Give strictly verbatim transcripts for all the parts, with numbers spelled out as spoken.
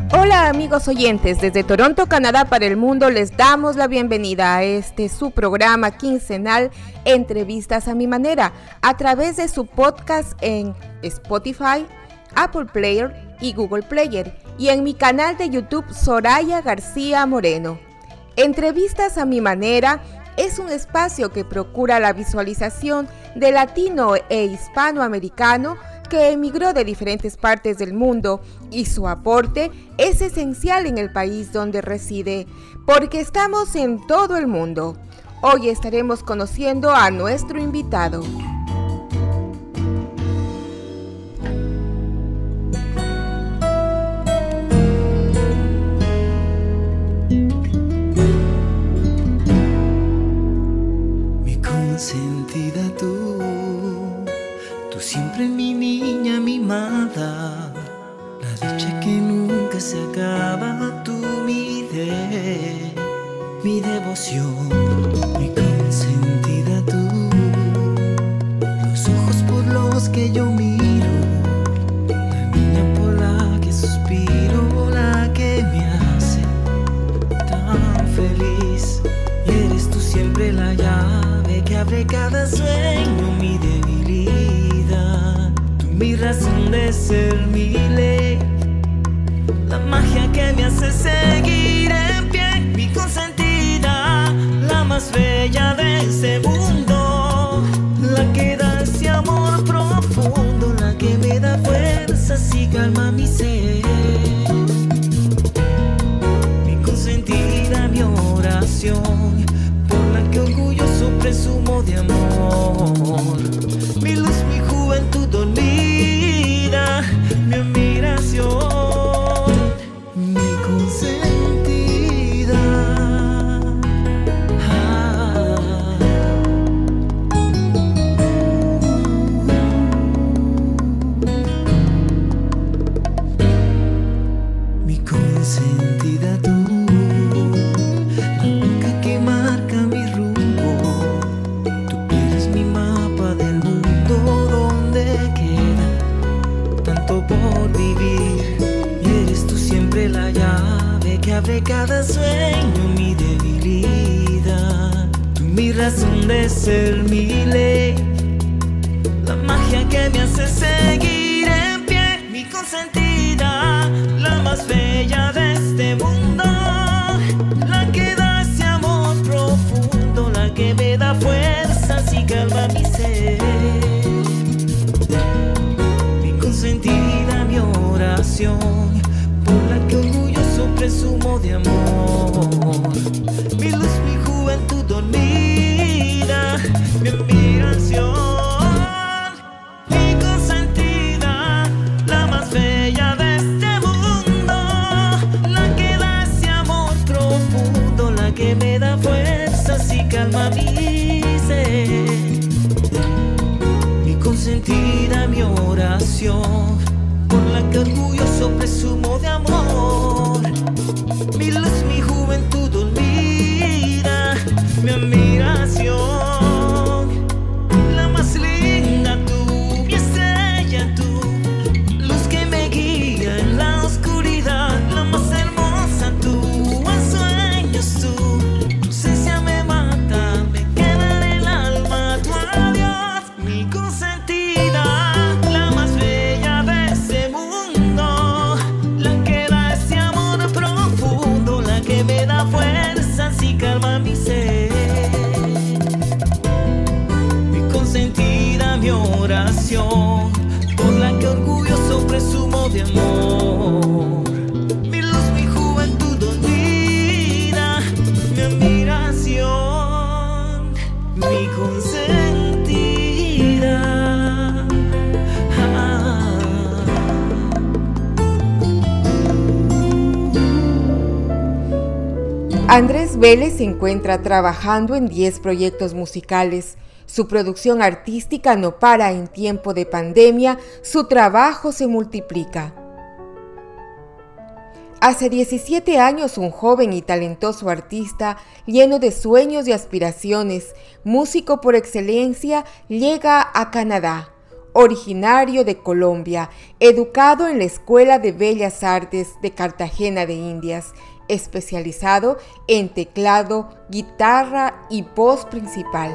Hola amigos oyentes, desde Toronto, Canadá para el mundo les damos la bienvenida a este su programa quincenal Entrevistas a mi manera a través de su podcast en Spotify, Apple Player y Google Player y en mi canal de YouTube Soraya García Moreno. Entrevistas a mi manera es un espacio que procura la visualización de latino e hispanoamericano que emigró de diferentes partes del mundo y su aporte es esencial en el país donde reside, porque estamos en todo el mundo. Hoy estaremos conociendo a nuestro invitado. Mi consentida tú, tú siempre mi niña mimada, la dicha que nunca se acaba, tú mi de, mi devoción, mi consentida tú, los ojos por los que yo miro, la niña por la que suspiro, la que me hace tan feliz, y eres tú siempre la llave que abre cada sueño, mi debilidad, tú mi razón de ser, mi ley, la magia que me hace seguir en pie, mi consentida, la más bella de este mundo, la que da ese amor profundo, la que me da fuerzas y calma mi ser, mi consentida, mi oración, por la que orgulloso presumo de amor, mi luz, mi juventud dormida, mi admiración. Abre cada sueño, mi debilidad, tú mi razón de ser, mi ley, la magia que me hace seguir en pie, mi consentida, la más bella de este mundo, la que da ese amor profundo, la que me da fuerzas y calma mi ser, mi consentida, mi oración, por la que orgulloso presumo de amor, mi luz, mi juventud dormida, mi admiración, mi consentida, la más bella de este mundo, la que da ese amor profundo, la que me da fuerzas y calma mi ser, mi consentida, mi oración, por la que orgulloso presumo de amor, mi luz, mi juventud dormida, mi admiración, la más linda tú, mi estrella tú, luz que me guía en la oscuridad, la más hermosa tú, en sueños tú, tu ausencia me mata, me queda en el alma tu adiós, mi consentida, la más bella de ese mundo, la que da ese amor profundo, la que me da fuerzas y calma mi ser, mi consentida, mi oración, por la que orgulloso presumo de amor, mi luz, mi juventud dormida, mi admiración, mi consentida. Ah. Andrés Vélez se encuentra trabajando en diez proyectos musicales. Su producción artística no para en tiempo de pandemia, su trabajo se multiplica. Hace diecisiete años, un joven y talentoso artista, lleno de sueños y aspiraciones, músico por excelencia, llega a Canadá. originario de Colombia, educado en la Escuela de Bellas Artes de Cartagena de Indias, especializado en teclado, guitarra y voz principal.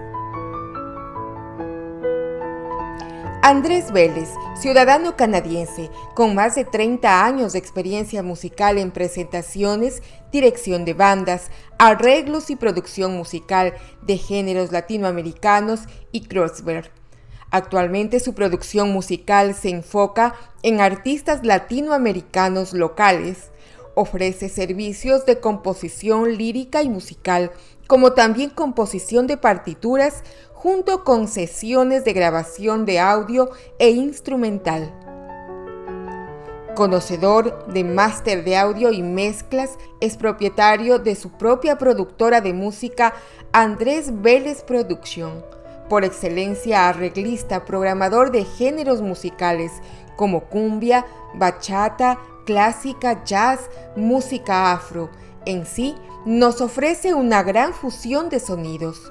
Andrés Vélez, ciudadano canadiense, con más de treinta años de experiencia musical en presentaciones, dirección de bandas, arreglos y producción musical de géneros latinoamericanos y crossover. Actualmente su producción musical se enfoca en artistas latinoamericanos locales. Ofrece servicios de composición lírica y musical, como también composición de partituras, junto con sesiones de grabación de audio e instrumental. Conocedor de máster de audio y mezclas, es propietario de su propia productora de música, Andrés Vélez Production. Por excelencia arreglista, programador de géneros musicales como cumbia, bachata, clásica, jazz, música afro. En sí, nos ofrece una gran fusión de sonidos.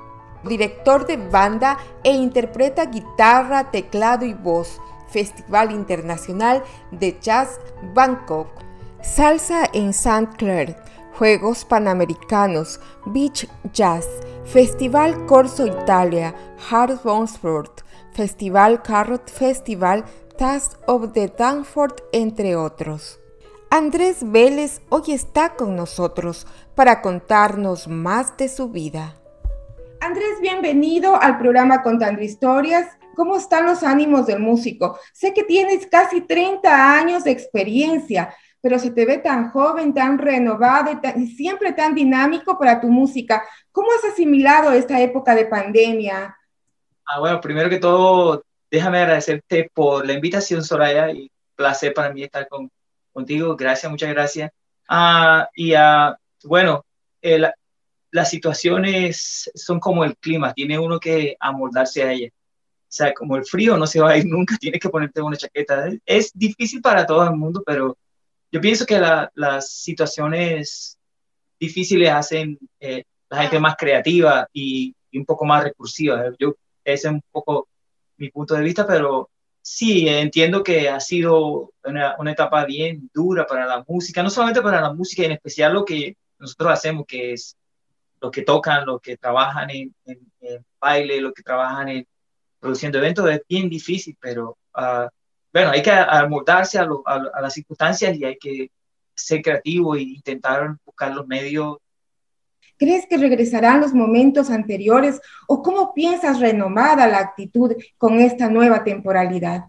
Director de banda e interpreta guitarra, teclado y voz. Festival Internacional de Jazz Bangkok. Salsa en Saint Clair. Juegos Panamericanos, Beach Jazz, Festival Corso Italia, Hard Sport, Festival Carrot Festival, Taste of the Danforth, entre otros. Andrés Vélez hoy está con nosotros para contarnos más de su vida. Andrés, bienvenido al programa Contando Historias. ¿Cómo están los ánimos del músico? Sé que tienes casi treinta años de experiencia, pero se te ve tan joven, tan renovado y, tan, y siempre tan dinámico para tu música. ¿Cómo has asimilado esta época de pandemia? Ah, bueno, primero que todo, déjame agradecerte por la invitación, Soraya, y placer para mí estar con, contigo. Gracias, muchas gracias. Ah, y ah, bueno, eh, la, las situaciones son como el clima, tiene uno que amoldarse a ellas. O sea, como el frío no se va a ir nunca, tienes que ponerte una chaqueta. Es difícil para todo el mundo, pero yo pienso que la, las situaciones difíciles hacen eh, la gente más creativa y, y un poco más recursiva. Yo, ese es un poco mi punto de vista, pero sí, entiendo que ha sido una, una etapa bien dura para la música, no solamente para la música, en especial lo que nosotros hacemos, que es los que tocan, los que trabajan en, en, en baile, los que trabajan en produciendo eventos, es bien difícil, pero uh, bueno, hay que amoldarse a, lo, a, a las circunstancias y hay que ser creativo e intentar buscar los medios. ¿Crees que regresarán los momentos anteriores o cómo piensas renomada la actitud con esta nueva temporalidad?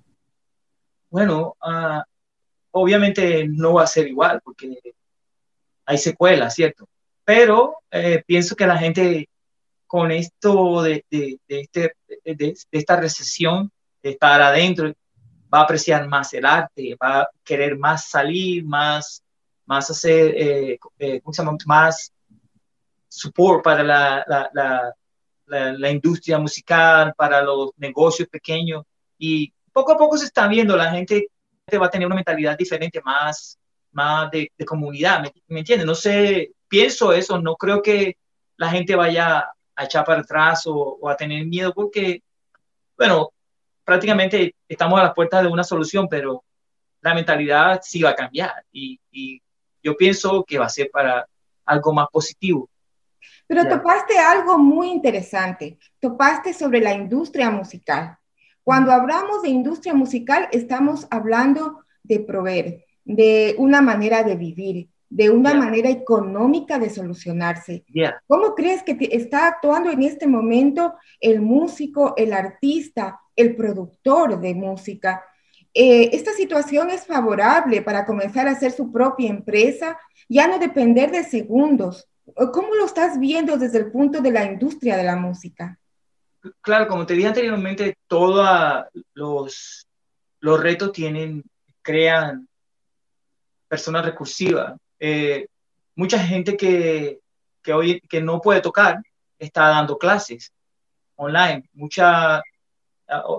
Bueno, uh, obviamente no va a ser igual porque hay secuelas, ¿cierto? Pero eh, pienso que la gente con esto de, de, de, este, de, de esta recesión, de estar adentro, va a apreciar más el arte, va a querer más salir, más, más hacer, eh, eh, ¿cómo se llama? Más support para la, la, la, la, la industria musical, para los negocios pequeños. Y poco a poco se está viendo, la gente va a tener una mentalidad diferente, más, más de, de comunidad, ¿me, me entiendes? No sé, pienso eso, no creo que la gente vaya a echar para atrás o, o a tener miedo porque, bueno, prácticamente estamos a las puertas de una solución, pero la mentalidad sí va a cambiar y, y yo pienso que va a ser para algo más positivo. Pero yeah. Topaste algo muy interesante, topaste sobre la industria musical. Cuando hablamos de industria musical, estamos hablando de proveer, de una manera de vivir, de una yeah. manera económica de solucionarse. Yeah. ¿Cómo crees que te está actuando en este momento el músico, el artista, el productor de música? Eh, ¿Esta situación es favorable para comenzar a hacer su propia empresa, ya no depender de segundos? ¿Cómo lo estás viendo desde el punto de la industria de la música? Claro, como te dije anteriormente, todos los, los retos tienen, crean personas recursivas. Eh, mucha gente que, que hoy que no puede tocar está dando clases online. Mucha uh,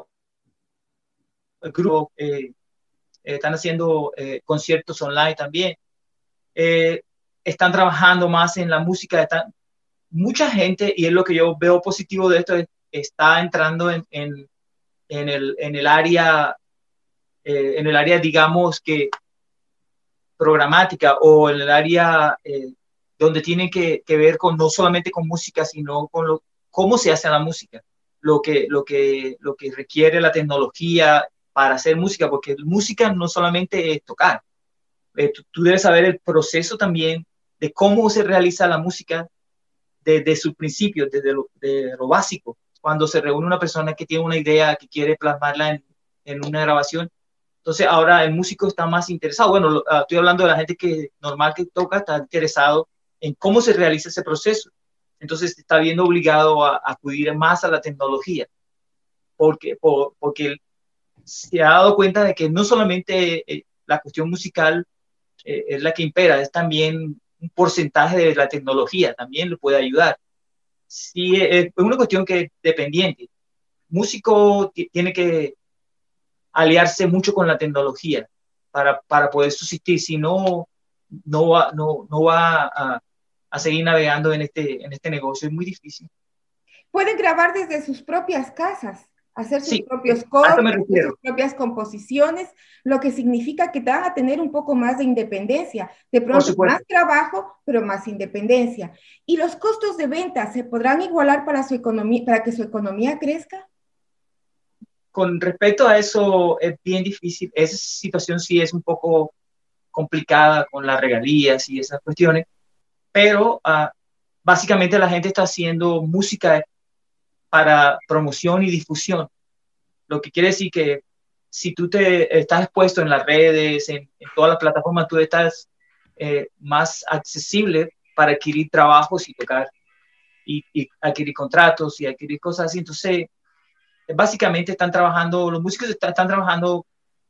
grupos eh, están haciendo eh, conciertos online también. Eh, están trabajando más en la música. Están, mucha gente, y es lo que yo veo positivo de esto, es, está entrando en, en, en el, en el área, eh, en el área, digamos que programática o en el área eh, donde tiene que, que ver con no solamente con música, sino con lo, cómo se hace la música, lo que, lo, que, lo que requiere la tecnología para hacer música, porque música no solamente es tocar, eh, tú, tú debes saber el proceso también de cómo se realiza la música desde sus principios, desde lo, de lo básico. Cuando se reúne una persona que tiene una idea, que quiere plasmarla en, en una grabación, entonces ahora el músico está más interesado. Bueno, lo, uh, estoy hablando de la gente que normal que toca, está interesado en cómo se realiza ese proceso. Entonces está viendo obligado a, a acudir más a la tecnología, porque, por, porque se ha dado cuenta de que no solamente eh, la cuestión musical eh, es la que impera, es también un porcentaje de la tecnología, también le puede ayudar. Sí, es una cuestión que es dependiente. Músico tiene que aliarse mucho con la tecnología para, para poder subsistir, si no, no va, no, no va a, a seguir navegando en este, en este negocio, es muy difícil. Pueden grabar desde sus propias casas, hacer sus Sí, propios a eso me covers, hacer refiero. sus propias composiciones, lo que significa que van a tener un poco más de independencia. De Por pronto, supuesto. más trabajo, pero más independencia. ¿Y los costos de venta se podrán igualar para, su economía, para que su economía crezca? Con respecto a eso, es bien difícil. Esa situación sí es un poco complicada con las regalías y esas cuestiones, pero uh, básicamente la gente está haciendo música para promoción y difusión, lo que quiere decir que si tú te estás expuesto en las redes, en, en todas las plataformas, tú estás eh, más accesible para adquirir trabajos y tocar, y, y adquirir contratos y adquirir cosas así. Entonces, básicamente están trabajando, los músicos están, están trabajando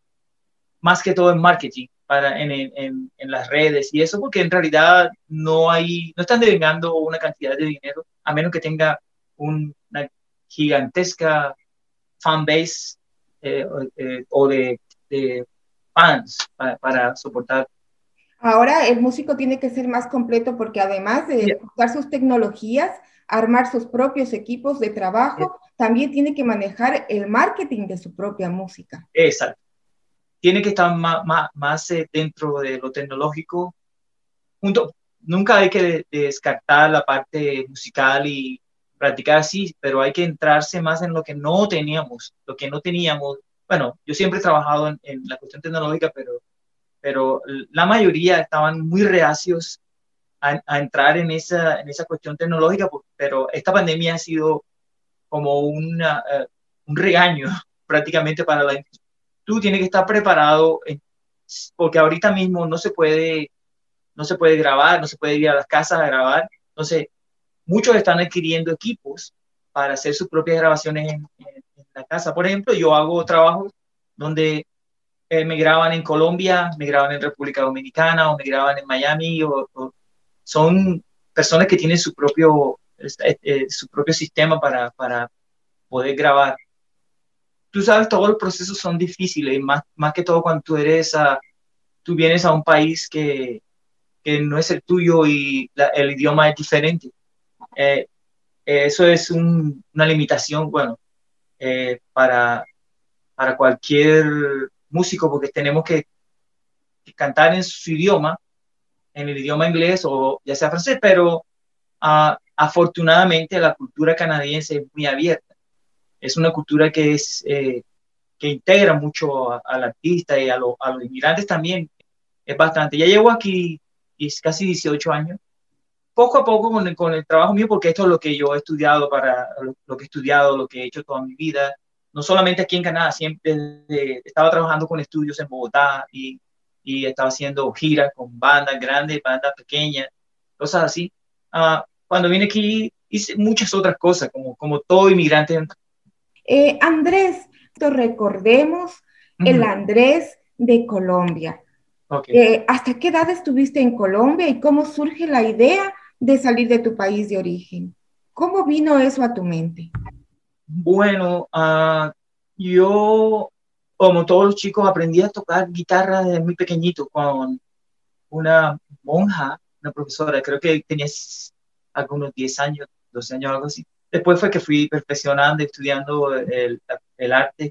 más que todo en marketing, para, en, en, en las redes y eso, porque en realidad no hay, no están devengando una cantidad de dinero, a menos que tenga un, una gigantesca fanbase eh, eh, o de, de fans para, para, soportar. Ahora el músico tiene que ser más completo porque además de Yeah. usar sus tecnologías, armar sus propios equipos de trabajo, yeah. también tiene que manejar el marketing de su propia música. Exacto. Tiene que estar más, más, más eh, dentro de lo tecnológico. Junto, nunca hay que descartar la parte musical y practicar así, pero hay que entrarse más en lo que no teníamos, lo que no teníamos. Bueno, yo siempre he trabajado en, en la cuestión tecnológica, pero, pero la mayoría estaban muy reacios a, a entrar en esa, en esa cuestión tecnológica, pero esta pandemia ha sido como una, uh, un regaño prácticamente para la industria. Tú tienes que estar preparado, porque ahorita mismo no se puede, no se puede grabar, no se puede ir a las casas a grabar. Entonces, muchos están adquiriendo equipos para hacer sus propias grabaciones en, en, en la casa. Por ejemplo, yo hago trabajos donde eh, me graban en Colombia, me graban en República Dominicana o me graban en Miami. O, o son personas que tienen su propio, eh, eh, su propio sistema para, para poder grabar. Tú sabes, todos los procesos son difíciles, más, más que todo cuando tú eres a, tú vienes a un país que, que no es el tuyo y la, el idioma es diferente. Eh, eso es un, una limitación, bueno, eh, para, para cualquier músico, porque tenemos que, que cantar en su idioma, en el idioma inglés o ya sea francés, pero uh, afortunadamente la cultura canadiense es muy abierta. Es una cultura que es... Eh, que integra mucho a, al artista y a, lo, a los inmigrantes también, es bastante. Ya llevo aquí y es casi dieciocho años, poco a poco con el, con el trabajo mío, porque esto es lo que yo he estudiado, para lo, lo que he estudiado, lo que he hecho toda mi vida, no solamente aquí en Canadá, siempre eh, estaba trabajando con estudios en Bogotá y, y estaba haciendo giras con bandas grandes, bandas pequeñas, cosas así. Uh, cuando vine aquí hice muchas otras cosas, como, como todo inmigrante. Eh, Andrés, recordemos uh-huh. el Andrés de Colombia. Okay. Eh, ¿Hasta qué edad estuviste en Colombia y cómo surge la idea de salir de tu país de origen? ¿Cómo vino eso a tu mente? Bueno, uh, yo, como todos los chicos, aprendí a tocar guitarra desde muy pequeñito con una monja, una profesora, creo que tenía algunos diez años, doce años, algo así. Después fue que fui perfeccionando, estudiando el, el arte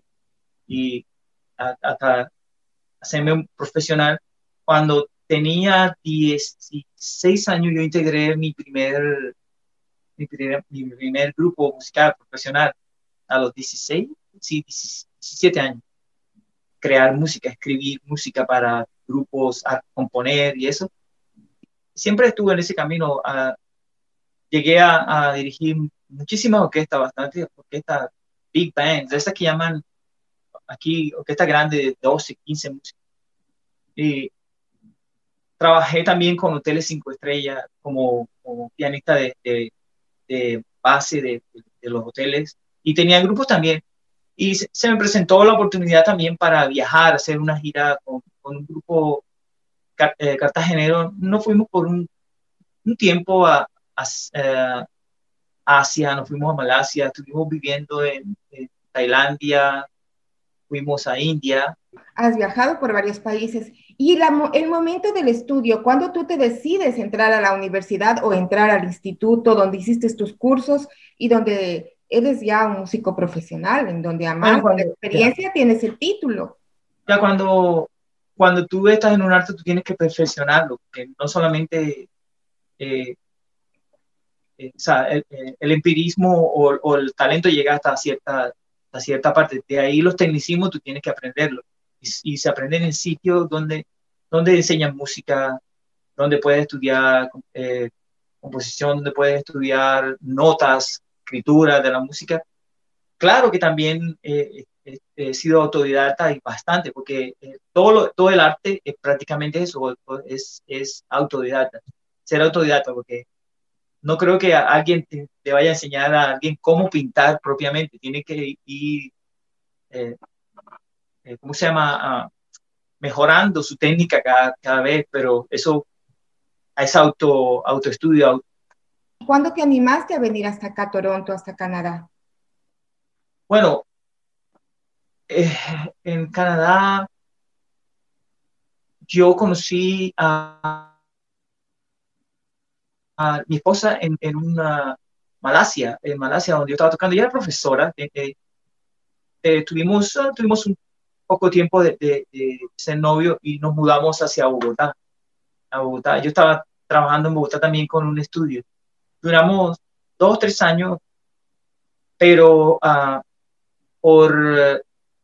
y a- hasta hacerme un profesional. Cuando tenía dieciséis años, yo integré mi primer, mi primer, mi primer grupo musical profesional a los dieciséis, sí, diecisiete años. Crear música, escribir música para grupos, a componer y eso. Siempre estuve en ese camino. A, llegué a, a dirigir muchísimas orquestas, bastantes orquestas, big bands, esas que llaman aquí orquestas grandes de doce, quince músicos. Y trabajé también con hoteles cinco estrellas como, como pianista de, de, de base de, de los hoteles y tenía grupos también. Y se, se me presentó la oportunidad también para viajar, hacer una gira con, con un grupo car, eh, cartagenero. Nos fuimos por un, un tiempo a, a, a, Asia, nos fuimos a Malasia, estuvimos viviendo en, en Tailandia, fuimos a India. Has viajado por varios países. Y la, el momento del estudio, cuando tú te decides entrar a la universidad o entrar al instituto donde hiciste tus cursos y donde eres ya un músico profesional, en donde además Bueno, de cuando, la experiencia ya, tienes el título. ya cuando, cuando tú estás en un arte, tú tienes que perfeccionarlo, que no solamente eh, eh, o sea, el, el, empirismo o, o, el talento llega hasta cierta, hasta cierta parte. De ahí los tecnicismos tú tienes que aprenderlo. Y, y se aprenden en sitios donde, donde enseñan música, donde puedes estudiar eh, composición, donde puedes estudiar notas, escritura de la música. Claro que también eh, eh, he sido autodidacta y bastante, porque eh, todo, lo, todo el arte es prácticamente eso, es, es autodidacta. Ser autodidacta, porque no creo que a alguien te, te vaya a enseñar a alguien cómo pintar propiamente. Tiene que ir, eh, eh, ¿cómo se llama? Uh, mejorando su técnica cada, cada vez, pero eso es auto, autoestudio. Auto. ¿Cuándo te animaste a venir hasta acá, Toronto, hasta Canadá? Bueno, eh, en Canadá yo conocí a, a mi esposa en, en una Malasia, en Malasia, donde yo estaba tocando. Ella era profesora. Eh, eh, eh, tuvimos, uh, tuvimos un poco tiempo de, de, de ser novio y nos mudamos hacia Bogotá. A Bogotá. Yo estaba trabajando en Bogotá también con un estudio. Duramos dos o tres años, pero uh, por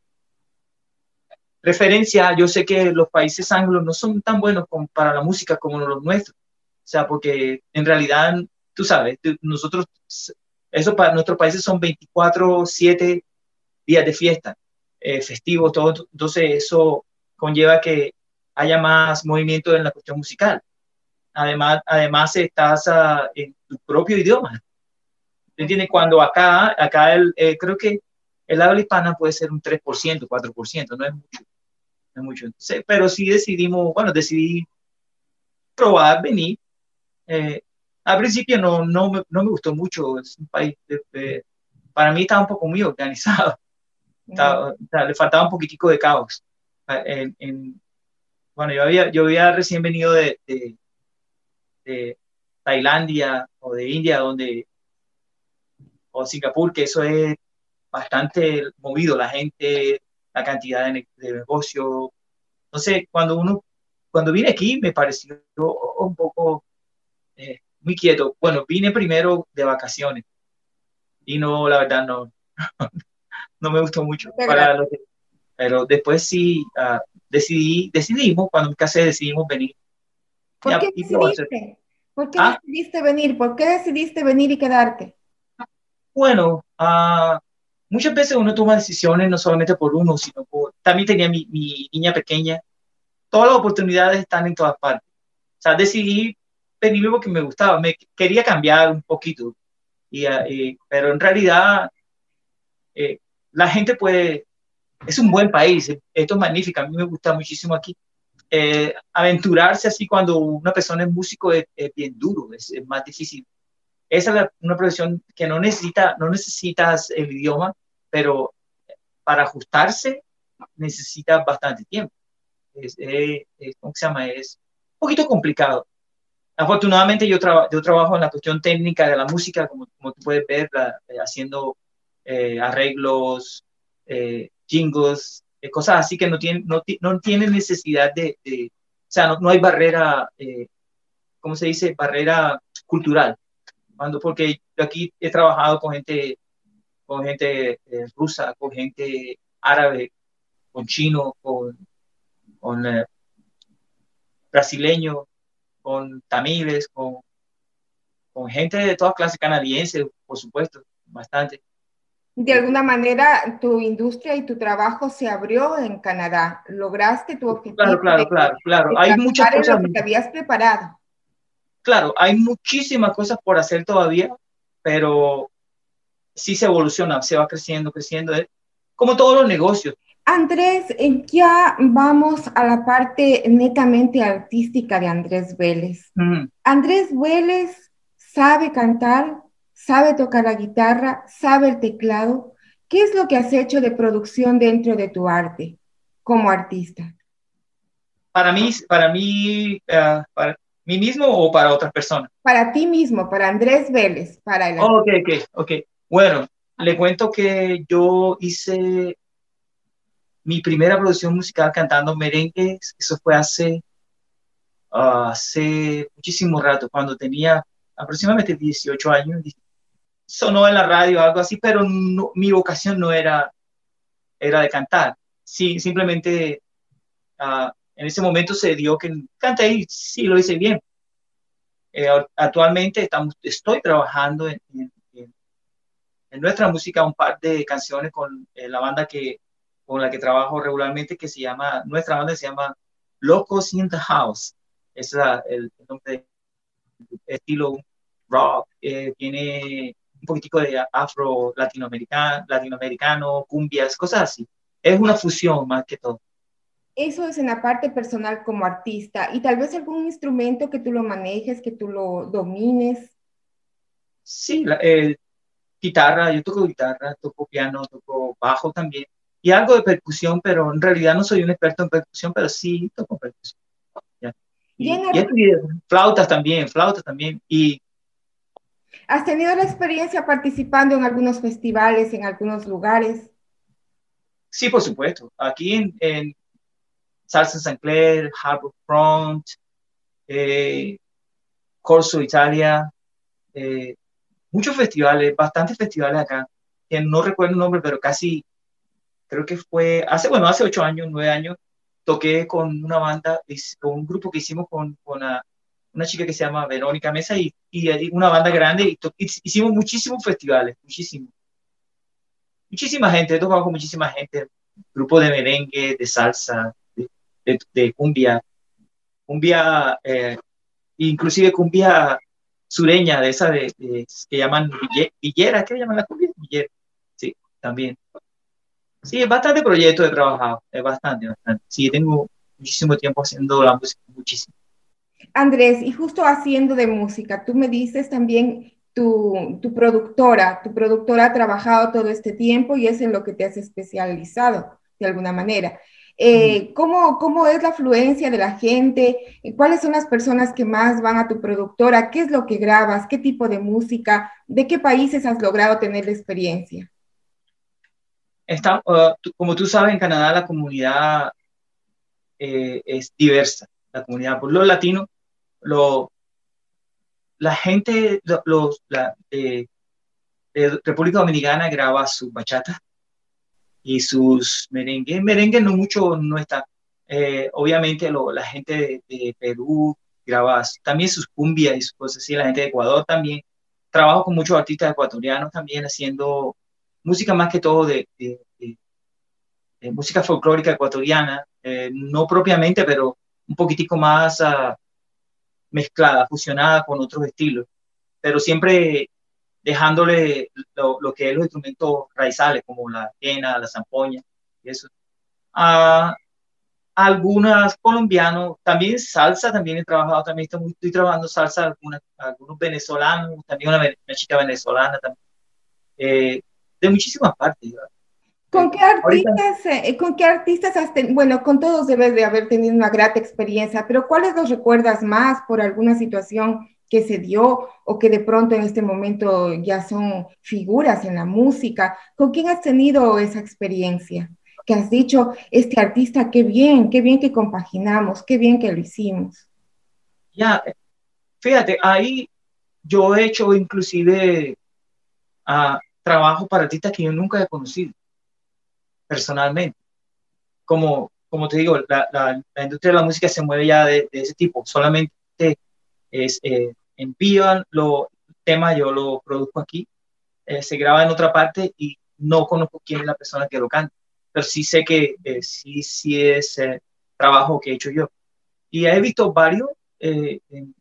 referencia, yo sé que los países anglos no son tan buenos con, para la música como los nuestros. O sea, porque en realidad, tú sabes, nosotros, eso para nuestros países son veinticuatro siete días de fiesta, eh, festivos, todo. Entonces, eso conlleva que haya más movimiento en la cuestión musical. Además, además estás uh, en tu propio idioma. ¿Entiendes? Cuando acá, acá el, eh, creo que el habla hispana puede ser un tres por ciento, cuatro por ciento, no es mucho. No es mucho. Entonces, pero sí decidimos, bueno, decidí probar, venir. Eh, al principio no, no, me, no me gustó mucho. Es un país, de, de, para mí estaba un poco muy organizado. Estaba, mm. Le faltaba un poquitico de caos. En, en, bueno, yo había, yo había recién venido de, de, de Tailandia o de India, donde, o Singapur, que eso es bastante movido, la gente, la cantidad de, de negocio. Entonces, cuando uno, cuando vine aquí, me pareció un poco eh, muy quieto. Bueno, vine primero de vacaciones y no, la verdad, no, no me gustó mucho. Para lo que, pero después sí uh, decidí, decidimos, cuando me casé, decidimos venir. ¿Por qué decidiste? ¿Por qué ¿Ah? decidiste venir? ¿Por qué decidiste venir y quedarte? Bueno, uh, muchas veces uno toma decisiones no solamente por uno, sino por... También tenía mi, mi niña pequeña. Todas las oportunidades están en todas partes. O sea, decidí venirme porque me gustaba. Me quería cambiar un poquito. Y, uh, pero en realidad, eh, la gente puede... Es un buen país. Esto es magnífico. A mí me gusta muchísimo aquí. Eh, aventurarse así cuando una persona es músico es, es bien duro, es, es más difícil. Esa es la, una profesión que no, necesita, no necesitas el idioma, pero para ajustarse necesitas bastante tiempo. Es, es, es, ¿cómo se llama? Es un poquito complicado. Afortunadamente yo, traba, yo trabajo en la cuestión técnica de la música, como, como tú puedes ver, la, eh, haciendo eh, arreglos, eh, jingles, eh, cosas así que no tienen, no, no tienen necesidad de, de, o sea, no, no hay barrera, eh, ¿cómo se dice? Barrera cultural. Cuando, porque yo aquí he trabajado con gente, con gente eh, rusa, con gente árabe, con chino, con, con eh, brasileño, con tamiles, con, con gente de todas clases, canadienses, por supuesto, bastante. De alguna manera, tu industria y tu trabajo se abrió en Canadá. Lograste tu Claro, objetivo claro, de, claro, claro. de Hay muchas trabajar en cosas. lo que te habías preparado. Claro, hay muchísimas cosas por hacer todavía, pero sí se evoluciona, se va creciendo, creciendo, ¿eh? Como todos los negocios. Andrés, eh, ya vamos a la parte netamente artística de Andrés Vélez. Mm. Andrés Vélez sabe cantar, sabe tocar la guitarra, sabe el teclado. ¿Qué es lo que has hecho de producción dentro de tu arte como artista? Para mí, para mí, uh, para mí mismo o para otras personas. Para ti mismo, para Andrés Vélez, para el Oh, ok, ok, ok. Bueno, le cuento que yo hice mi primera producción musical cantando merengues. Eso fue hace, uh, hace muchísimo rato, cuando tenía aproximadamente dieciocho años. Sonó en la radio, algo así, pero no, mi vocación no era, era de cantar. Sí, simplemente uh, en ese momento se dio que canté y sí lo hice bien. Eh, actualmente estamos, estoy trabajando en, en, en nuestra música un par de canciones con eh, la banda que, con la que trabajo regularmente, que se llama, nuestra banda se llama Locos in the House. Es la, el, el nombre del estilo rock, eh, tiene un poquitico de afro latinoamericano, latinoamericano, cumbias, cosas así. Es una fusión más que todo. Eso es en la parte personal como artista y tal vez algún instrumento que tú lo manejes, que tú lo domines. Sí, la, eh, guitarra, yo toco guitarra, toco piano, toco bajo también y algo de percusión, pero en realidad no soy un experto en percusión, pero sí toco percusión. ¿Ya? Y, y, y flautas también, flautas también. Y ¿has tenido la experiencia participando en algunos festivales, en algunos lugares? Sí, por supuesto. Aquí en, en Salsa San Clair, Harbor Front, eh, Corso Italia, eh, muchos festivales, bastantes festivales acá, que no recuerdo el nombre, pero casi, creo que fue, hace, bueno, hace ocho años, nueve años, toqué con una banda, con un grupo que hicimos con, con una, una chica que se llama Verónica Mesa y, y una banda grande, y to, hicimos muchísimos festivales, muchísimos. Muchísima gente, he tocado con muchísima gente, grupo de merengue, de salsa, de, de, de cumbia, cumbia, eh, inclusive cumbia sureña, de esa de, de que llaman villera, ¿qué llaman la cumbia? Villera, sí, también. Sí, es bastante proyecto de trabajado, es bastante, bastante. Sí, tengo muchísimo tiempo haciendo la música, muchísimo. Andrés, y justo haciendo de música, tú me dices también tu, tu productora, tu productora ha trabajado todo este tiempo y es en lo que te has especializado de alguna manera. Eh, ¿cómo, ¿Cómo es la afluencia de la gente? ¿Cuáles son las personas que más van a tu productora? ¿Qué es lo que grabas? ¿Qué tipo de música? ¿De qué países has logrado tener la experiencia? Está, uh, tú, como tú sabes, en Canadá la comunidad eh, es diversa. La comunidad, por los latinos, lo, la gente, lo, los, la, eh, de República Dominicana graba sus bachatas y sus merengues. Merengue no mucho, no está. Eh, obviamente lo, la gente de, de Perú graba también sus cumbias y sus cosas así. La gente de Ecuador también. Trabajo con muchos artistas ecuatorianos también haciendo música más que todo de, de, de, de música folclórica ecuatoriana. Eh, no propiamente, pero un poquitico más uh, mezclada, fusionada con otros estilos. Pero siempre dejándole lo, lo que es los instrumentos raizales, como la quena, la zampoña, y eso. A, a algunas colombianos, también salsa, también he trabajado, también estoy, estoy trabajando salsa, algunas, algunos venezolanos, también una, una chica venezolana, también, eh, de muchísimas partes. ¿Verdad? ¿Con qué artistas, eh, con qué artistas has tenido? Bueno, con todos debes de haber tenido una grata experiencia, pero ¿cuáles los recuerdas más por alguna situación que se dio o que de pronto en este momento ya son figuras en la música? ¿Con quién has tenido esa experiencia? Que has dicho, este artista, qué bien, qué bien que compaginamos, qué bien que lo hicimos. Ya, fíjate, ahí yo he hecho inclusive uh, trabajo para artistas que yo nunca he conocido personalmente. Como, como te digo, la, la, la industria de la música se mueve ya de, de ese tipo. Solamente es, eh, envían los temas, yo lo produzco aquí, eh, se graba en otra parte y no conozco quién es la persona que lo canta. Pero sí sé que eh, sí, sí es eh, trabajo que he hecho yo. Y he visto varios eh,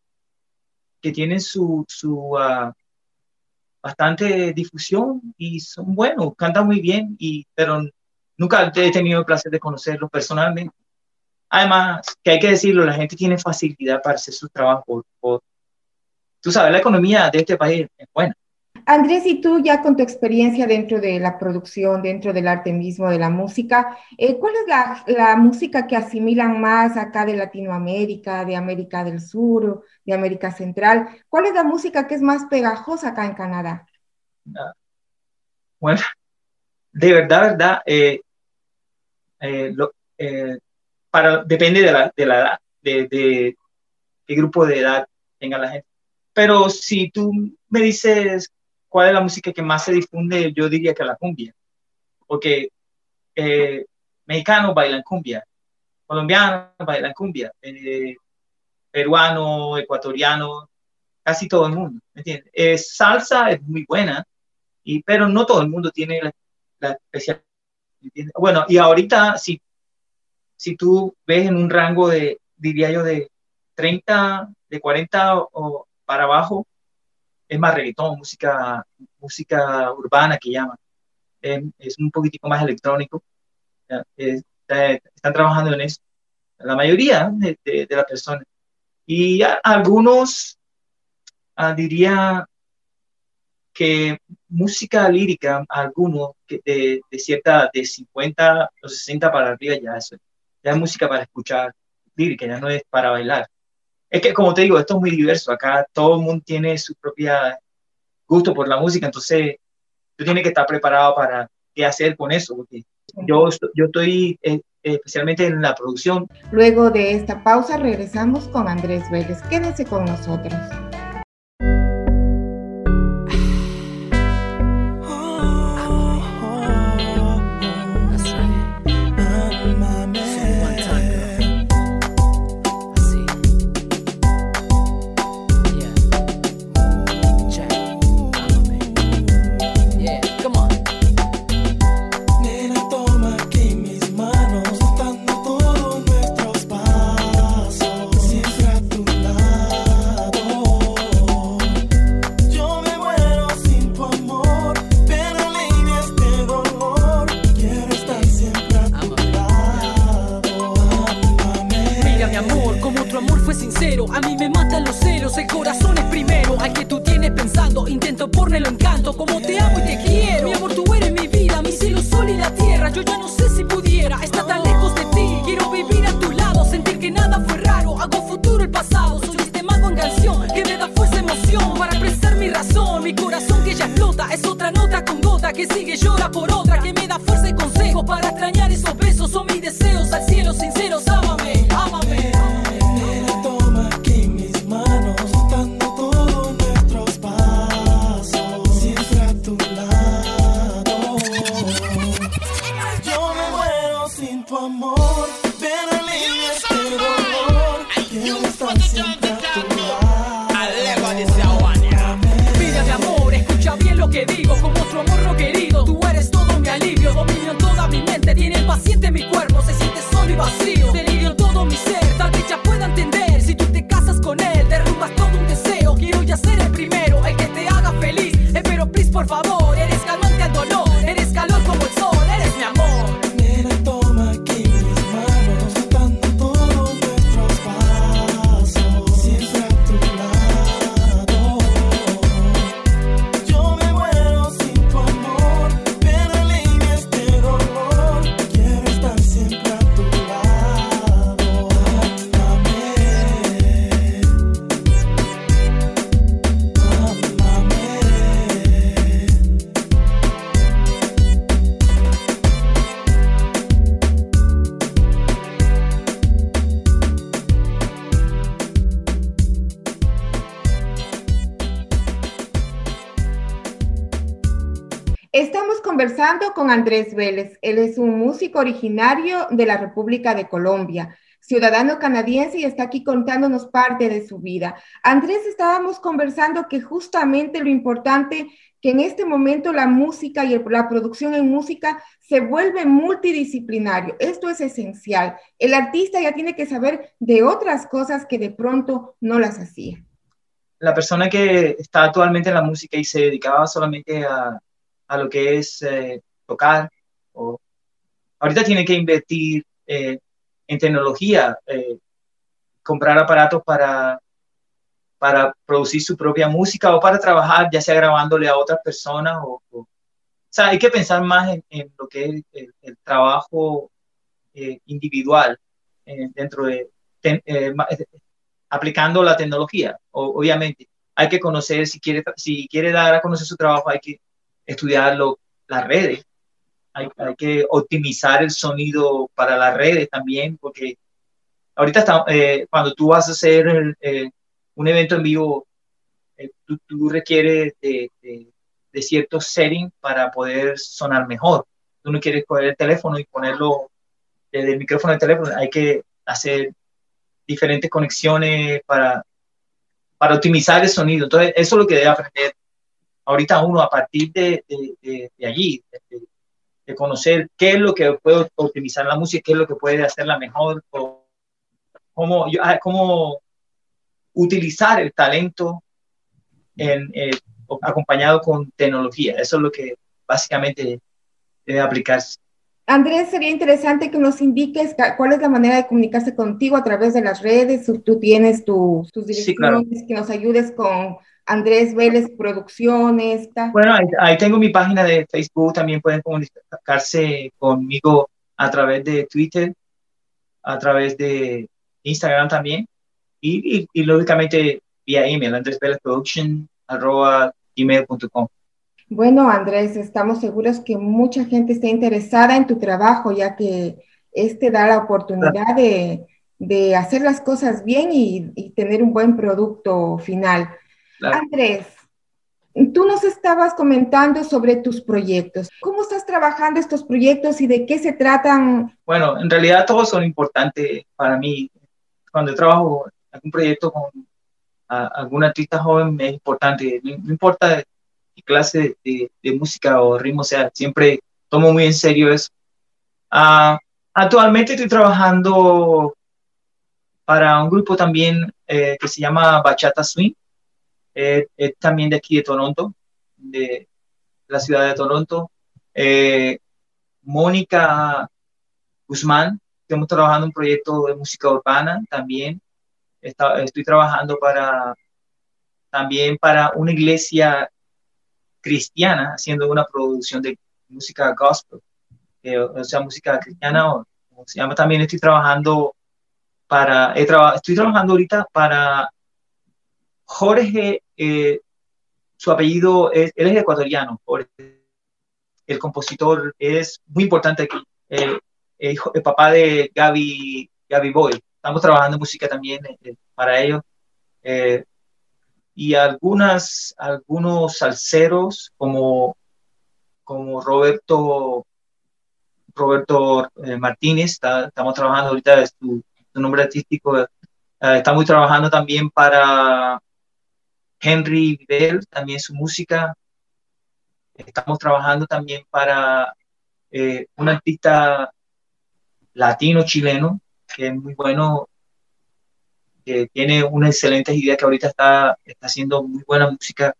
que tienen su, su uh, bastante difusión y son buenos, cantan muy bien, y, pero nunca he tenido el placer de conocerlos personalmente. Además, que hay que decirlo, la gente tiene facilidad para hacer su trabajo. Por, por, tú sabes, la economía de este país es buena. Andrés, y tú ya con tu experiencia dentro de la producción, dentro del arte mismo, de la música, eh, ¿cuál es la, la música que asimilan más acá de Latinoamérica, de América del Sur, de América Central? ¿Cuál es la música que es más pegajosa acá en Canadá? Uh, bueno, de verdad, verdad, eh, eh, lo, eh, para, depende de la, de la edad, de, de qué grupo de edad tenga la gente. Pero si tú me dices cuál es la música que más se difunde, yo diría que la cumbia, porque eh, mexicanos bailan cumbia, colombianos bailan cumbia, eh, peruano, ecuatoriano, casi todo el mundo, ¿me entiendes? Eh, salsa es muy buena, y, pero no todo el mundo tiene la, la especial, ¿entiendes? Bueno, y ahorita si, si tú ves en un rango de, diría yo, de treinta, de cuarenta o, o para abajo, es más reggaetón, música, música urbana que llaman. Eh, es un poquitico más electrónico. Eh, eh, están trabajando en eso. La mayoría de, de, de las personas. Y a, algunos, uh, diría que música lírica, algunos que de, de cierta, de cincuenta o sesenta para arriba, ya, eso, ya es música para escuchar lírica, ya no es para bailar. Es que, como te digo, esto es muy diverso. Acá todo el mundo tiene su propia gusto por la música, entonces tú tienes que estar preparado para qué hacer con eso, porque yo, yo estoy eh, especialmente en la producción. Luego de esta pausa regresamos con Andrés Vélez. Quédense con nosotros. conversando con Andrés Vélez. Él es un músico originario de la República de Colombia, ciudadano canadiense, y está aquí contándonos parte de su vida. Andrés, estábamos conversando que justamente lo importante que en este momento la música y el, la producción en música se vuelve multidisciplinario. Esto es esencial. El artista ya tiene que saber de otras cosas que de pronto no las hacía. La persona que está actualmente en la música y se dedicaba solamente a, a lo que es eh, tocar, o, ahorita tiene que invertir eh, en tecnología, eh, comprar aparatos para, para producir su propia música o para trabajar, ya sea grabándole a otras personas. O, o, o sea, hay que pensar más en, en lo que es el, el trabajo eh, individual eh, dentro de... Ten, eh, aplicando la tecnología. O, obviamente, hay que conocer, si quiere, si quiere dar a conocer su trabajo, hay que estudiarlo, las redes. Hay, hay que optimizar el sonido para las redes también, porque ahorita está, eh, cuando tú vas a hacer eh, un evento en vivo, eh, tú, tú requieres de, de, de ciertos settings para poder sonar mejor. Tú no quieres coger el teléfono y ponerlo desde el micrófono del teléfono, hay que hacer diferentes conexiones para, para optimizar el sonido. Entonces, eso es lo que debe aprender ahorita uno a partir de, de, de, de allí, de, de conocer qué es lo que puede optimizar la música, qué es lo que puede hacerla mejor, o cómo, cómo utilizar el talento en, eh, acompañado con tecnología. Eso es lo que básicamente debe aplicarse. Andrés, sería interesante que nos indiques cuál es la manera de comunicarse contigo a través de las redes. Tú tienes tu, tus direcciones, sí, claro. Que nos ayudes con Andrés Vélez Producciones. ¿Ta? Bueno, ahí, ahí tengo mi página de Facebook. También pueden comunicarse conmigo a través de Twitter, a través de Instagram también, y, y, y lógicamente vía email, andresvelezproduction arroba gmail punto com. Bueno, Andrés, estamos seguros que mucha gente está interesada en tu trabajo, ya que este da la oportunidad de, de hacer las cosas bien y, y tener un buen producto final. Claro. Andrés, tú nos estabas comentando sobre tus proyectos. ¿Cómo estás trabajando estos proyectos y de qué se tratan? Bueno, en realidad todos son importantes para mí. Cuando trabajo en algún proyecto con a, algún artista joven, me es importante. No, no importa qué clase de, de música o ritmo sea, siempre tomo muy en serio eso. Uh, actualmente estoy trabajando para un grupo también eh, que se llama Bachata Swing. Eh, es también de aquí de Toronto, de la ciudad de Toronto. Eh, Mónica Guzmán, estamos trabajando en un proyecto de música urbana también. Está, estoy trabajando para también para una iglesia cristiana, haciendo una producción de música gospel, eh, o sea, música cristiana, o como se llama. También estoy trabajando para, he traba, estoy trabajando ahorita para Jorge, eh, su apellido, es, él es ecuatoriano, Jorge, el compositor es muy importante aquí, eh, el, el papá de Gaby, Gaby Boy. Estamos trabajando en música también eh, para ellos. Eh, y algunas, algunos salseros como, como Roberto, Roberto eh, Martínez, está, estamos trabajando ahorita, es su, su nombre artístico. Eh, estamos trabajando también para Henry Vidal, también su música. Estamos trabajando también para eh, un artista latino chileno que es muy bueno, que tiene una excelente idea, que ahorita está, está haciendo muy buena música.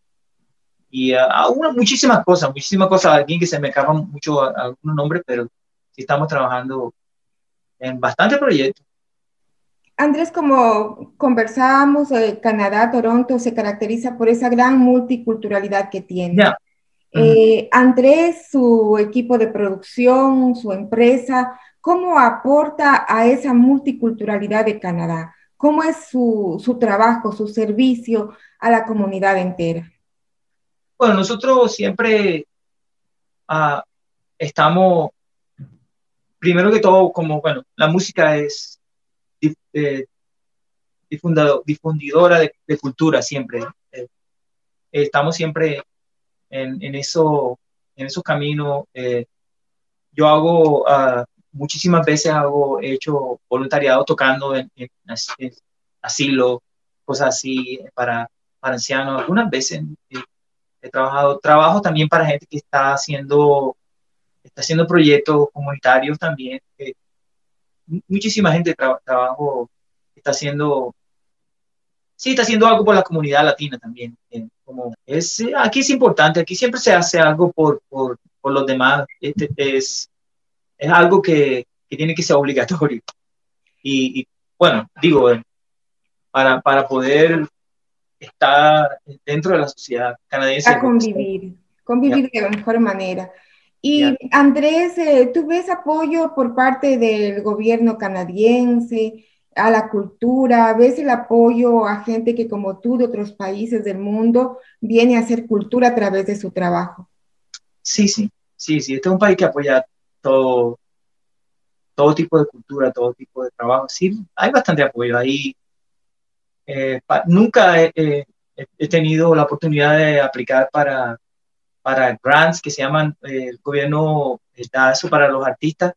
Y uh, una, muchísimas cosas, muchísimas cosas. Alguien que se me escapan mucho algunos nombres, pero sí estamos trabajando en bastantes proyectos. Andrés, como conversábamos, eh, Canadá, Toronto se caracteriza por esa gran multiculturalidad que tiene. Yeah. Eh, Andrés, su equipo de producción, su empresa, ¿cómo aporta a esa multiculturalidad de Canadá? ¿Cómo es su, su trabajo, su servicio a la comunidad entera? Bueno, nosotros siempre uh, estamos, primero que todo, como, bueno, la música es eh, difundidora de, de cultura siempre. Eh, estamos siempre en, en eso, en esos caminos. Eh, yo hago, uh, muchísimas veces hago, he hecho voluntariado tocando en, en, en asilo, cosas así para, para ancianos. Algunas veces eh, he trabajado, trabajo también para gente que está haciendo, está haciendo proyectos comunitarios también. Eh, muchísima gente tra trabajo, está haciendo, sí, está haciendo algo por la comunidad latina también. Eh, como es, eh, aquí es importante, aquí siempre se hace algo por, por, por los demás. Este, es, es algo que, que tiene que ser obligatorio. Y, y bueno, digo, eh, para, para poder estar dentro de la sociedad canadiense. A convivir, convivir yeah. de la mejor manera. Y Yeah. Andrés, eh, ¿tú ves apoyo por parte del gobierno canadiense a la cultura? ¿Ves el apoyo a gente que como tú de otros países del mundo viene a hacer cultura a través de su trabajo? Sí, sí, sí, sí. Este es un país que apoya todo, todo tipo de cultura, todo tipo de trabajo. Sí, hay bastante apoyo ahí. Eh, pa, nunca he, eh, he tenido la oportunidad de aplicar para, para grants que se llaman, eh, el gobierno da eso para los artistas,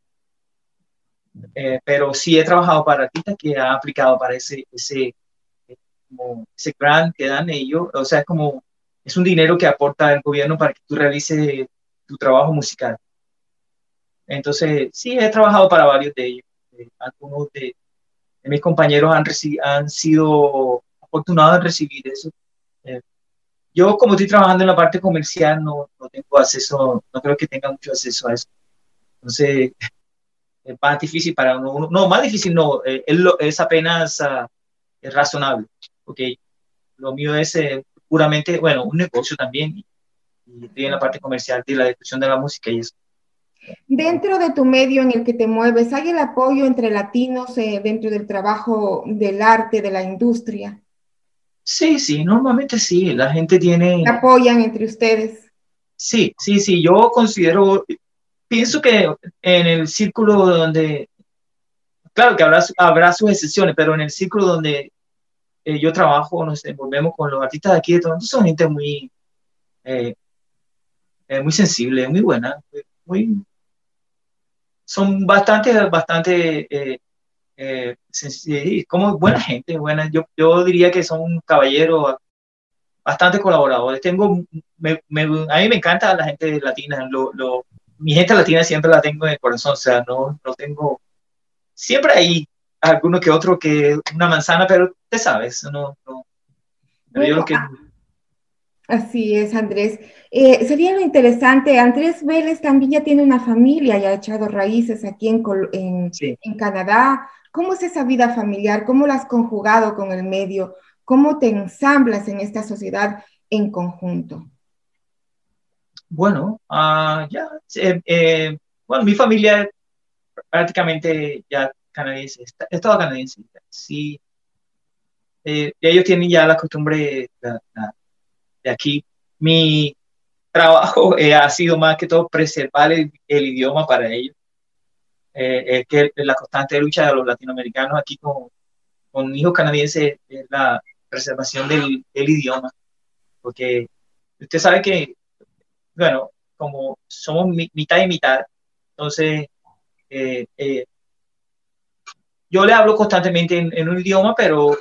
eh, pero sí he trabajado para artistas que han aplicado para ese, ese, como ese grant que dan ellos. O sea, es como, es un dinero que aporta el gobierno para que tú realices tu trabajo musical. Entonces, sí, he trabajado para varios de ellos. Eh, algunos de, de mis compañeros han, han sido afortunados en recibir eso. Eh, yo, como estoy trabajando en la parte comercial, no, no tengo acceso, no creo que tenga mucho acceso a eso. Entonces, es más difícil para uno. No, más difícil no, eh, es, lo, es apenas uh, es razonable. Okay. Lo mío es eh, puramente, bueno, un negocio también. Y, y estoy en la parte comercial de la difusión de la música y eso. Dentro de tu medio en el que te mueves, ¿hay el apoyo entre latinos eh, dentro del trabajo del arte, de la industria? Sí, sí, normalmente sí, la gente tiene... ¿Se apoyan entre ustedes? Sí, sí, sí, yo considero, pienso que en el círculo donde, claro que habrá, habrá sus excepciones, pero en el círculo donde eh, yo trabajo, nos envolvemos con los artistas de aquí de Toronto, son gente muy, eh, eh, muy sensible, muy buena, muy... Son bastante, bastante, eh, eh, como buena gente, buena. Yo, yo diría que son caballeros bastante colaboradores. Tengo, me, me, a mí me encanta la gente latina. Lo, lo, mi gente latina siempre la tengo en el corazón. O sea, no, no tengo, siempre hay alguno que otro que una manzana, pero te sabes, no, no. Pero yo Bueno, lo que... así es, Andrés. Eh, sería lo interesante, Andrés Vélez también ya tiene una familia, ya ha echado raíces aquí en, en, sí. en Canadá. ¿Cómo es esa vida familiar? ¿Cómo la has conjugado con el medio? ¿Cómo te ensamblas en esta sociedad en conjunto? Bueno, uh, ya, eh, eh, bueno, mi familia prácticamente ya canadiense, es todo canadiense, sí. Eh, ellos tienen ya la costumbre la, la, de aquí. Mi trabajo eh, ha sido más que todo preservar el, el idioma para ellos. Eh, es que la constante lucha de los latinoamericanos aquí con, con hijos canadienses es la preservación del, del idioma, porque usted sabe que, bueno, como somos mi, mitad y mitad, entonces eh, eh, yo le hablo constantemente en, en un idioma, pero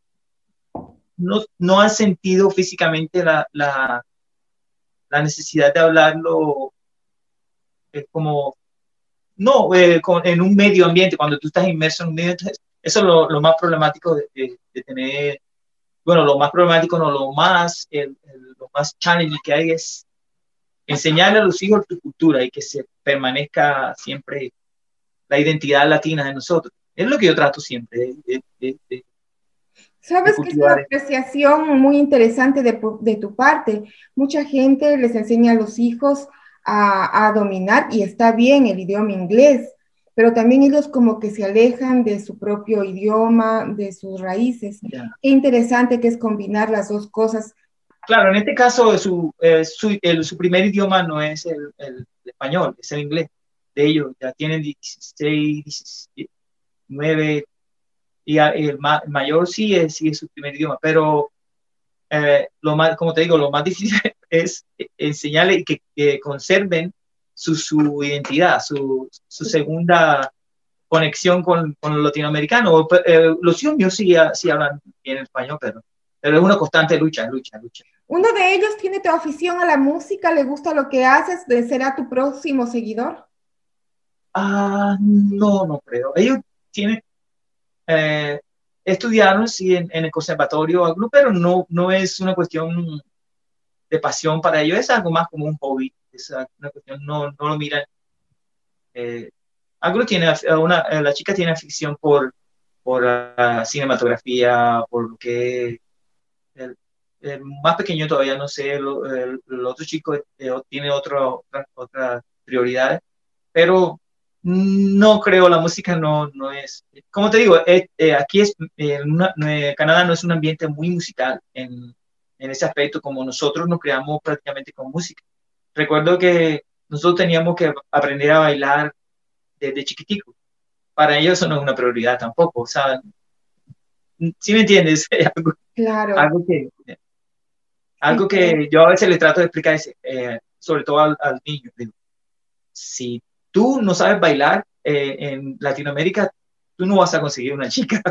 no, no han sentido físicamente la, la, la necesidad de hablarlo eh, como, no, eh, con, en un medio ambiente, cuando tú estás inmerso en un medio, entonces, eso es lo, lo más problemático de, de, de tener, bueno, lo más problemático, no, lo más, el, el, lo más challenging que hay es enseñarle a los hijos tu cultura y que se permanezca siempre la identidad latina de nosotros. Es lo que yo trato siempre, de, de, de, Sabes que es una apreciación muy interesante de, de tu parte. Mucha gente les enseña a los hijos a, a dominar, y está bien, el idioma inglés, pero también ellos como que se alejan de su propio idioma, de sus raíces. Yeah. Qué interesante que es combinar las dos cosas. Claro, en este caso su, eh, su, el, su primer idioma no es el, el, el español, es el inglés. De ellos ya tienen dieciséis, diecinueve, y el, ma, el mayor sí es, sí es su primer idioma, pero eh, lo más, como te digo, lo más difícil es enseñarles que, que conserven su, su identidad, su, su segunda conexión con, con los latinoamericanos. Eh, los hijos míos sí, sí hablan bien español, pero, pero es una constante lucha, lucha, lucha. ¿Uno de ellos tiene tu afición a la música? ¿Le gusta lo que haces? ¿Será tu próximo seguidor? Ah, no, no creo. Ellos tienen, eh, estudiaron sí en, en el conservatorio, algo, pero no, no es una cuestión de pasión para ellos, es algo más como un hobby. Es una cuestión, no, no lo miran. Eh, algo tiene, una, la chica tiene afición por, por uh, cinematografía, por lo que el, el más pequeño todavía no sé, el, el, el otro chico eh, tiene otro, otra, otras prioridades, pero no creo, la música no, no es, como te digo, eh, eh, aquí es, eh, una, eh, Canadá no es un ambiente muy musical en, en ese aspecto, como nosotros nos creamos prácticamente con música. Recuerdo que nosotros teníamos que aprender a bailar desde chiquitico. Para ellos eso no es una prioridad tampoco, o sea, ¿sí me entiendes? algo, Claro. algo que... Algo Sí, que yo a veces le trato de explicar, es, eh, sobre todo al, al niño, digo, si tú no sabes bailar eh, en Latinoamérica, tú no vas a conseguir una chica.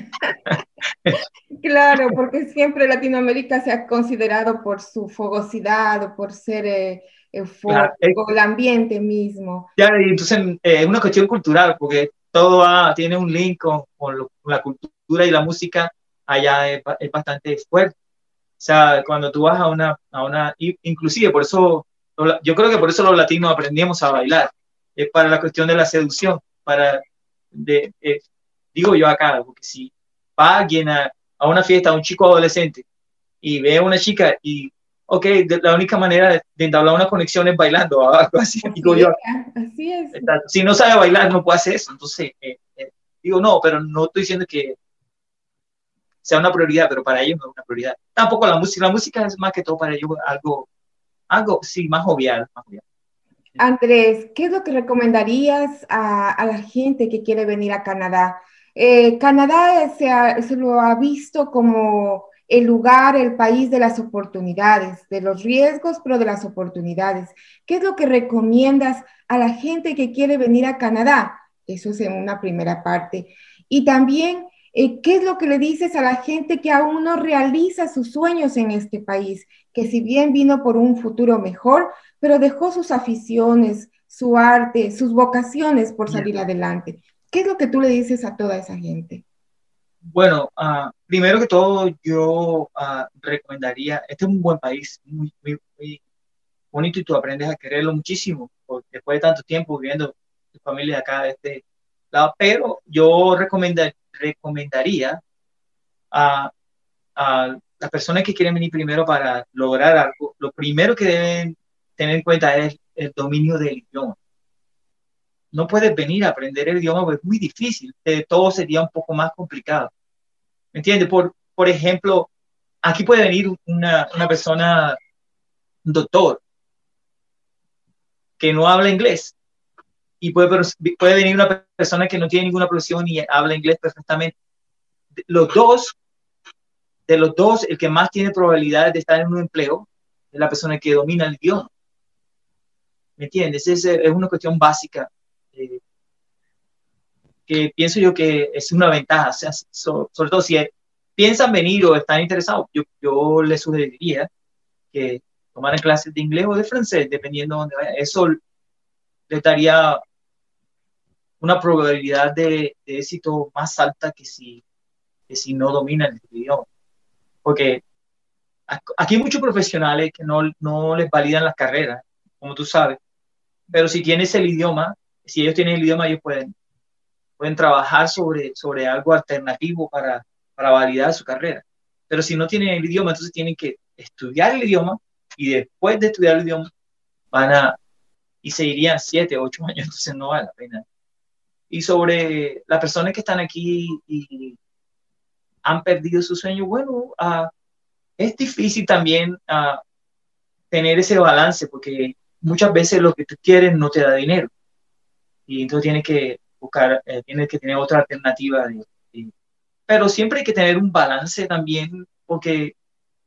claro, porque siempre Latinoamérica se ha considerado por su fogosidad o por ser eh, Claro, es, eufórico, el ambiente mismo. ya, y entonces eh, es una cuestión cultural, porque todo va, tiene un link con, con, lo, con la cultura y la música allá es, es bastante fuerte. O sea, cuando tú vas a una, a una, inclusive por eso, yo creo que por eso los latinos aprendimos a bailar, es para la cuestión de la seducción, para, de, eh, digo yo acá, porque si va alguien a, a una fiesta, a un chico adolescente, y ve a una chica y, ok, de, la única manera de, de entablar una conexión es bailando, o algo así, digo Así yo. es, así es. Si no sabe bailar, no puede hacer eso. Entonces, eh, eh, digo, no, pero no estoy diciendo que sea una prioridad, pero para ellos no es una prioridad. Tampoco la música, la música es más que todo para ellos algo, algo sí, más jovial. Más jovial. Andrés, ¿qué es lo que recomendarías a, a la gente que quiere venir a Canadá? Eh, Canadá se, ha, se lo ha visto como el lugar, el país de las oportunidades, de los riesgos, pero de las oportunidades. ¿Qué es lo que recomiendas a la gente que quiere venir a Canadá? Eso es en una primera parte. Y también, eh, ¿qué es lo que le dices a la gente que aún no realiza sus sueños en este país? Que si bien vino por un futuro mejor, pero dejó sus aficiones, su arte, sus vocaciones por salir adelante. ¿Qué es lo que tú le dices a toda esa gente? Bueno, uh, primero que todo, yo uh, recomendaría, este es un buen país, muy, muy, muy bonito, y tú aprendes a quererlo muchísimo, porque después de tanto tiempo viviendo tu familia acá de este lado, pero yo recomendar, recomendaría a, a las personas que quieren venir primero para lograr algo, lo primero que deben tener en cuenta es el dominio del idioma. No puedes venir a aprender el idioma porque es muy difícil, eh, todo sería un poco más complicado. ¿Me entiendes? Por, por ejemplo, aquí puede venir una, una persona, un doctor, que no habla inglés, y puede, puede venir una persona que no tiene ninguna profesión y habla inglés perfectamente. Los dos, de los dos, el que más tiene probabilidades de estar en un empleo es la persona que domina el idioma. ¿Me entiendes? Es, es una cuestión básica eh, que pienso yo que es una ventaja. O sea, so, sobre todo si piensan venir o están interesados, yo, yo les sugeriría que tomaran clases de inglés o de francés, dependiendo de dónde vayan. Eso les daría una probabilidad de, de éxito más alta que si, que si no dominan el idioma. Porque aquí hay muchos profesionales que no, no les validan las carreras, como tú sabes, pero si tienes el idioma, si ellos tienen el idioma, ellos pueden, pueden trabajar sobre, sobre algo alternativo para, para validar su carrera. Pero si no tienen el idioma, entonces tienen que estudiar el idioma, y después de estudiar el idioma van a, y se irían siete, ocho años, entonces no vale la pena. Y sobre las personas que están aquí y han perdido su sueño, bueno, uh, es difícil también uh, tener ese balance, porque muchas veces lo que tú quieres no te da dinero, y entonces tienes que buscar, eh, tienes que tener otra alternativa. De, de, pero siempre hay que tener un balance también, porque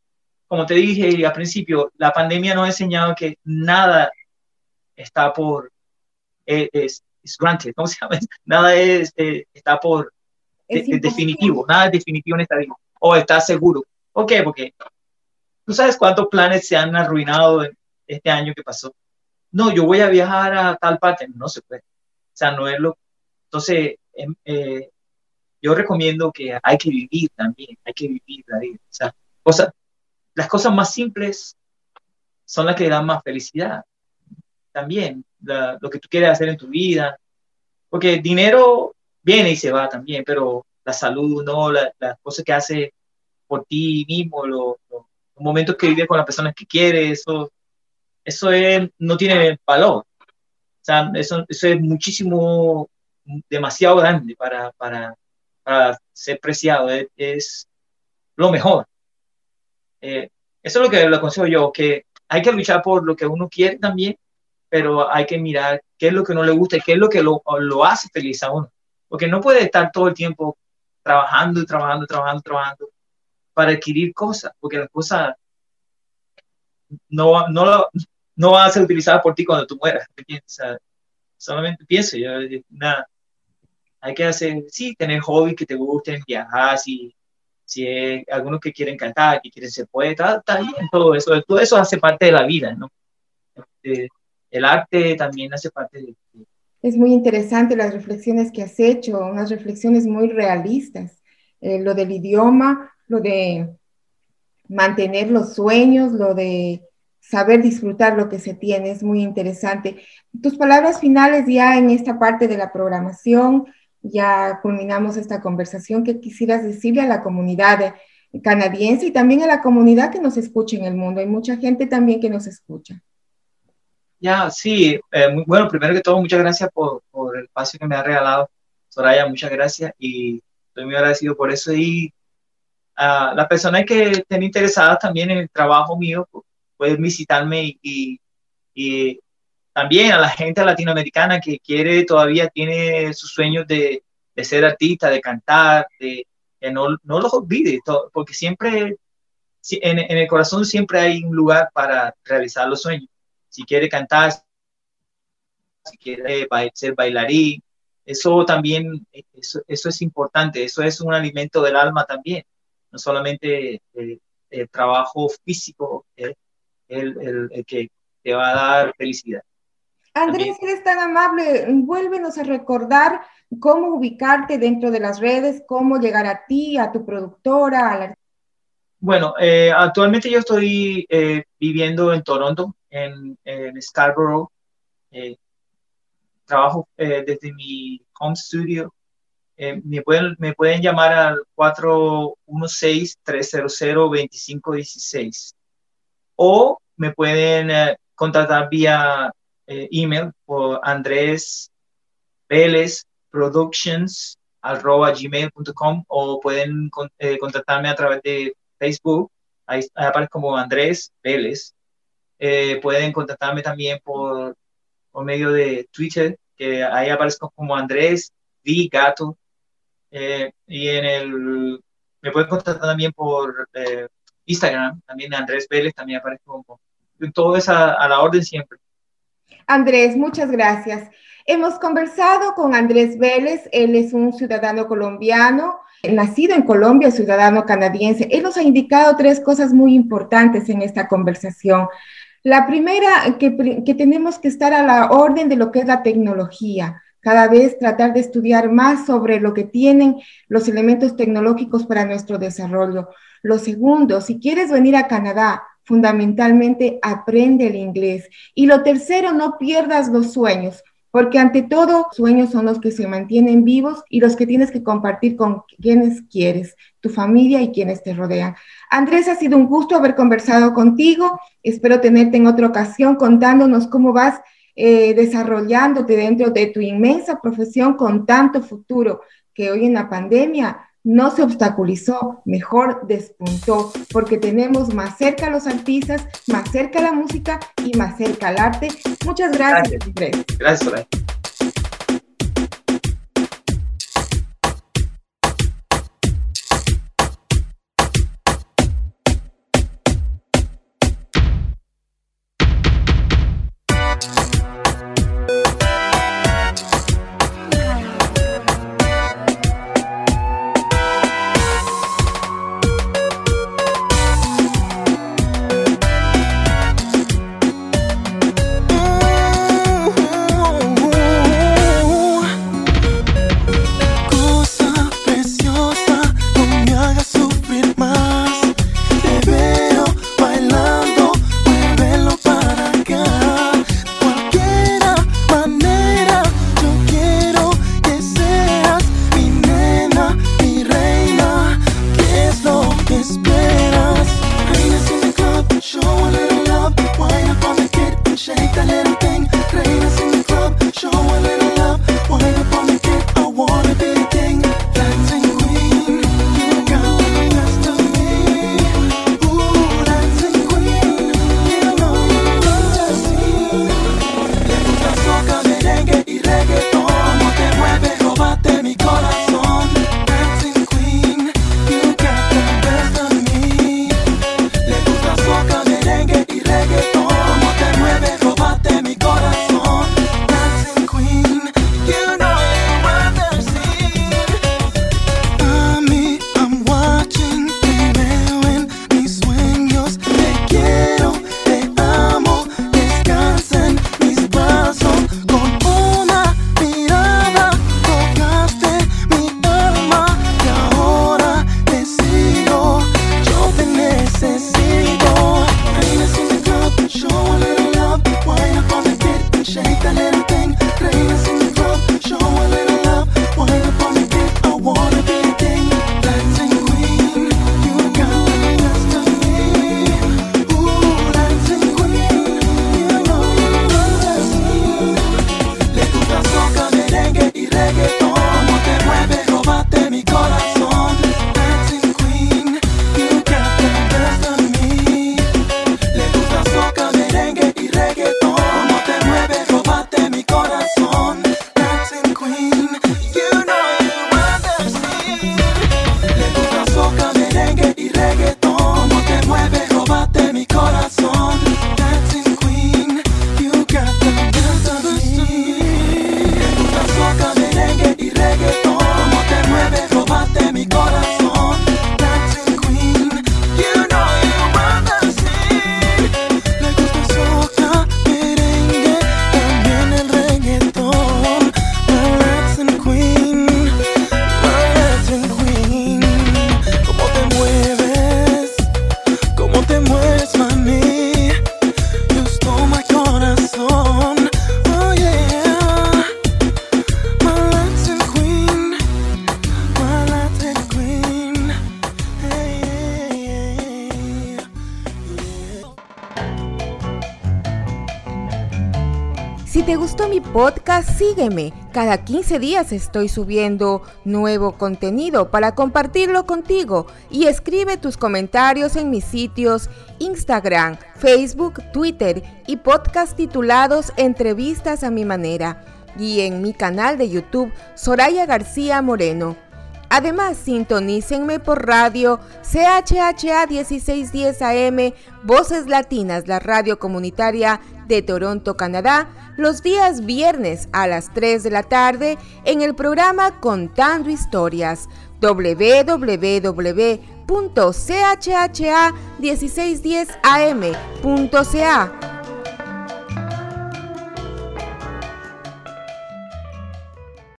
como te dije al principio, la pandemia nos ha enseñado que nada está por, es, es, es granted, ¿cómo se llama? Nada es, eh, está por de, de definitivo, nada es definitivo en esta vida, o está seguro. ¿Por qué? Porque tú sabes cuántos planes se han arruinado en este año que pasó. No, yo voy a viajar a tal parte, no se puede. O sea, no es lo... Entonces, eh, eh, yo recomiendo que hay que vivir también, hay que vivir la vida. O sea, cosas, las cosas más simples son las que dan más felicidad. También, la, lo que tú quieres hacer en tu vida. Porque dinero viene y se va también, pero la salud, no, la, las cosas que hace por ti mismo, lo, lo, los momentos que vives con las personas que quieres, eso, eso es, no tiene valor. O sea, eso, eso es muchísimo, demasiado grande para, para, para ser preciado. Es, es lo mejor. Eh, eso es lo que le aconsejo yo, que hay que luchar por lo que uno quiere también, pero hay que mirar qué es lo que no le gusta y qué es lo que lo, lo hace feliz a uno. Porque no puede estar todo el tiempo trabajando y trabajando, trabajando, trabajando para adquirir cosas, porque las cosas no, no, no van a ser utilizadas por ti cuando tú mueras. O sea, solamente pienso, yo, nada, hay que hacer, sí, tener hobbies que te gusten, viajar, si, si es algunos que quieren cantar, que quieren ser poeta, está bien, todo eso, todo eso hace parte de la vida, ¿no? Este, el arte también hace parte de... Es muy interesante las reflexiones que has hecho, unas reflexiones muy realistas, eh, lo del idioma, lo de mantener los sueños, lo de saber disfrutar lo que se tiene, es muy interesante. Tus palabras finales ya en esta parte de la programación, ya culminamos esta conversación, ¿qué quisieras decirle a la comunidad canadiense y también a la comunidad que nos escucha en el mundo? Hay mucha gente también que nos escucha. Ya, sí, eh, muy, bueno, primero que todo, muchas gracias por, por el espacio que me ha regalado, Soraya, muchas gracias y estoy muy agradecido por eso. Y a uh, las personas que estén interesadas también en el trabajo mío, pueden visitarme y, y, y también a la gente latinoamericana que quiere, todavía tiene sus sueños de, de ser artista, de cantar, de, que no, no los olvide, todo, porque siempre, en, en el corazón siempre hay un lugar para realizar los sueños. Si quiere cantar, si quiere ser bailarín, eso también, eso, eso es importante, eso es un alimento del alma también, no solamente el, el trabajo físico, el, el, el que te va a dar felicidad. Andrés, también. Eres tan amable, vuélvenos a recordar cómo ubicarte dentro de las redes, cómo llegar a ti, a tu productora, a la... Bueno, eh, actualmente yo estoy eh, viviendo en Toronto, en, en Scarborough. Eh, trabajo eh, desde mi home studio. Eh, me, pueden, me pueden llamar al cuatro uno seis, tres cero cero, dos cinco uno seis o me pueden eh, contactar vía eh, email por Andrés Vélez Productions arroba gmail punto com o pueden eh, contactarme a través de Facebook, ahí, ahí aparece como Andrés Vélez. Eh, pueden contactarme también por, por medio de Twitter, que ahí aparezco como Andrés V Gato. Eh, y en el, me pueden contactar también por eh, Instagram, también Andrés Vélez, también aparezco como, todo es a, a la orden siempre. Andrés, muchas gracias. Hemos conversado con Andrés Vélez, él es un ciudadano colombiano, nacido en Colombia, ciudadano canadiense. Él nos ha indicado tres cosas muy importantes en esta conversación. La primera, que, que tenemos que estar a la orden de lo que es la tecnología. Cada vez tratar de estudiar más sobre lo que tienen los elementos tecnológicos para nuestro desarrollo. Lo segundo, si quieres venir a Canadá, fundamentalmente aprende el inglés. Y lo tercero, no pierdas los sueños, porque ante todo, sueños son los que se mantienen vivos y los que tienes que compartir con quienes quieres, tu familia y quienes te rodean. Andrés, ha sido un gusto haber conversado contigo. Espero tenerte en otra ocasión contándonos cómo vas eh, desarrollándote dentro de tu inmensa profesión con tanto futuro, que hoy en la pandemia no se obstaculizó, mejor despuntó, porque tenemos más cerca a los artistas, más cerca a la música y más cerca al arte. Muchas gracias, Andrés. Gracias, Soraya. te gustó mi podcast, sígueme. Cada quince días estoy subiendo nuevo contenido para compartirlo contigo y escribe tus comentarios en mis sitios Instagram, Facebook, Twitter y podcast titulados Entrevistas a mi manera y en mi canal de YouTube Soraya García Moreno. Además, sintonícenme por radio C H H A dieciséis diez A M, Voces Latinas, la radio comunitaria de Toronto, Canadá, los días viernes a las tres de la tarde en el programa Contando Historias, doble u doble u doble u punto c h h a dieciséis diez a m punto c a.